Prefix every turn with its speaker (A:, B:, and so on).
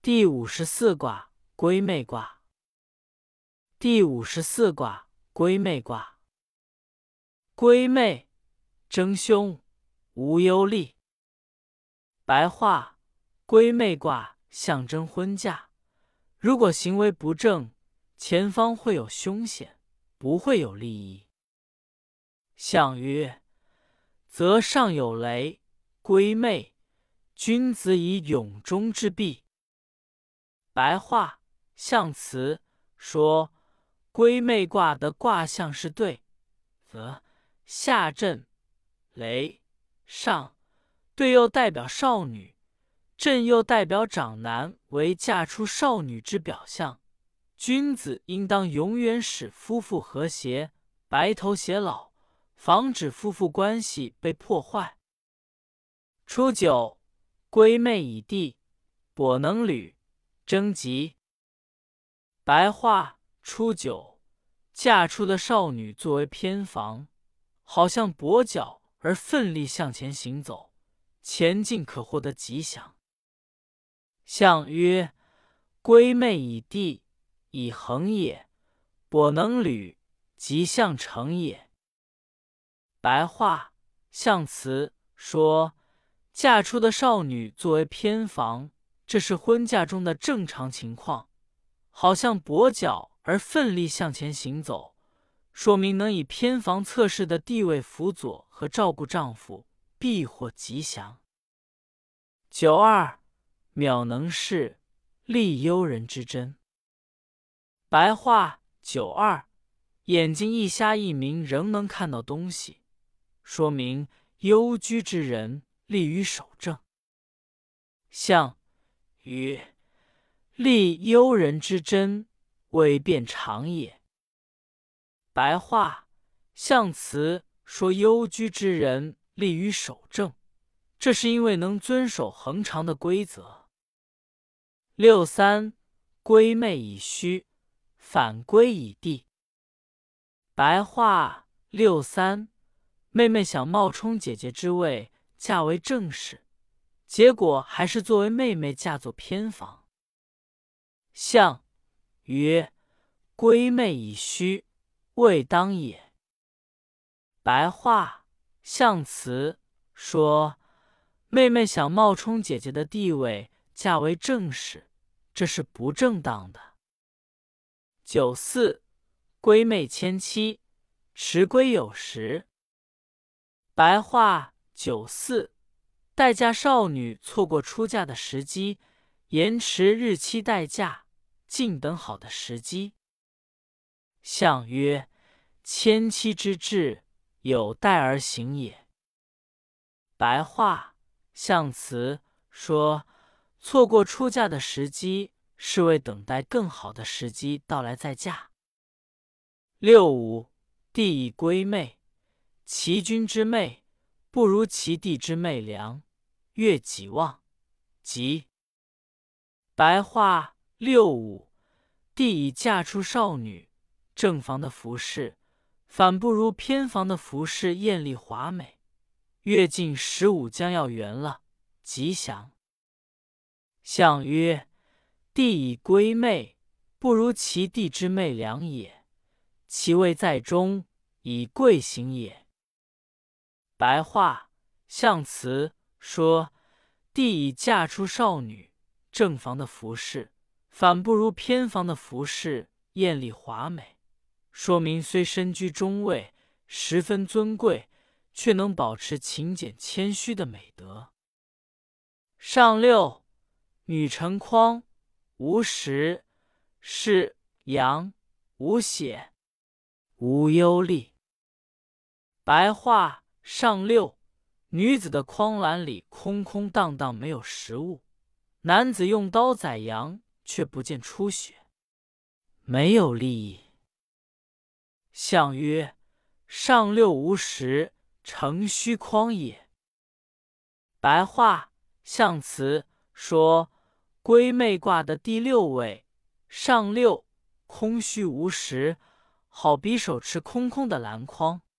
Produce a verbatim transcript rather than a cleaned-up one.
A: 第五十四卦归妹卦。第五十四卦归妹卦。归妹，争凶，无忧利。白话：归妹卦象征婚嫁，如果行为不正，前方会有凶险，不会有利益。象曰：则上有雷，归妹，君子以永中之弊。白话：象辞说归妹卦的卦象是对，则下震雷上，对又代表少女，震又代表长男，为嫁出少女之表象。君子应当永远使夫妇和谐，白头偕老，防止夫妇关系被破坏。初九，归妹以地，跛能履，征吉。白话：初九，嫁出的少女作为偏房，好像跛脚而奋力向前行走，前进可获得吉祥。象曰：归妹以地，以恒也，跛能履，吉象成也。白话：象辞说嫁出的少女作为偏房，这是婚嫁中的正常情况，好像跛脚而奋力向前行走，说明能以偏房侧室的地位辅佐和照顾丈夫，必获吉祥。九二，渺能视，利幽人之真。白话：九二，眼睛一瞎一明仍能看到东西，说明幽居之人利于守正。象曰：利幽人之真，未变长也。白话：象辞说幽居之人利于守正，这是因为能遵守恒长的规则。六三，归妹以虚，反归以地。白话：六三，妹妹想冒充姐姐之位，嫁为正室，结果还是作为妹妹嫁作偏房。象曰：归妹以虚，未当也。白话：象辞说妹妹想冒充姐姐的地位，嫁为正室，这是不正当的。九四，归妹迁妻，迟归有时。白话：九四，待嫁少女错过出嫁的时机，延迟日期待嫁，静等好的时机。象曰：迁妻之志，有待而行也。白话：象辞说错过出嫁的时机，是为等待更好的时机到来再嫁。六五，地以归妹，其君之妹不如其地之妹良，月己旺，吉。白话：六五，地以嫁出少女，正房的服饰反不如偏房的服饰艳丽华美，月近十五将要圆了，吉祥。象曰：地以归妹，不如其地之妹良也，其位在中，以贵行也。白话：象辞说地以嫁出少女，正房的服饰反不如偏房的服饰艳丽华美，说明虽身居中位，十分尊贵，却能保持勤俭谦虚的美德。上六，女成筐，无实，是阳，无血，无忧利。白话：上六，女子的筐篮里空空荡荡，没有食物；男子用刀宰羊，却不见出血，没有利益。象曰：上六无实，成虚筐也。白话：象辞说归妹卦的第六位上六空虚无实，好比手持空空的篮筐，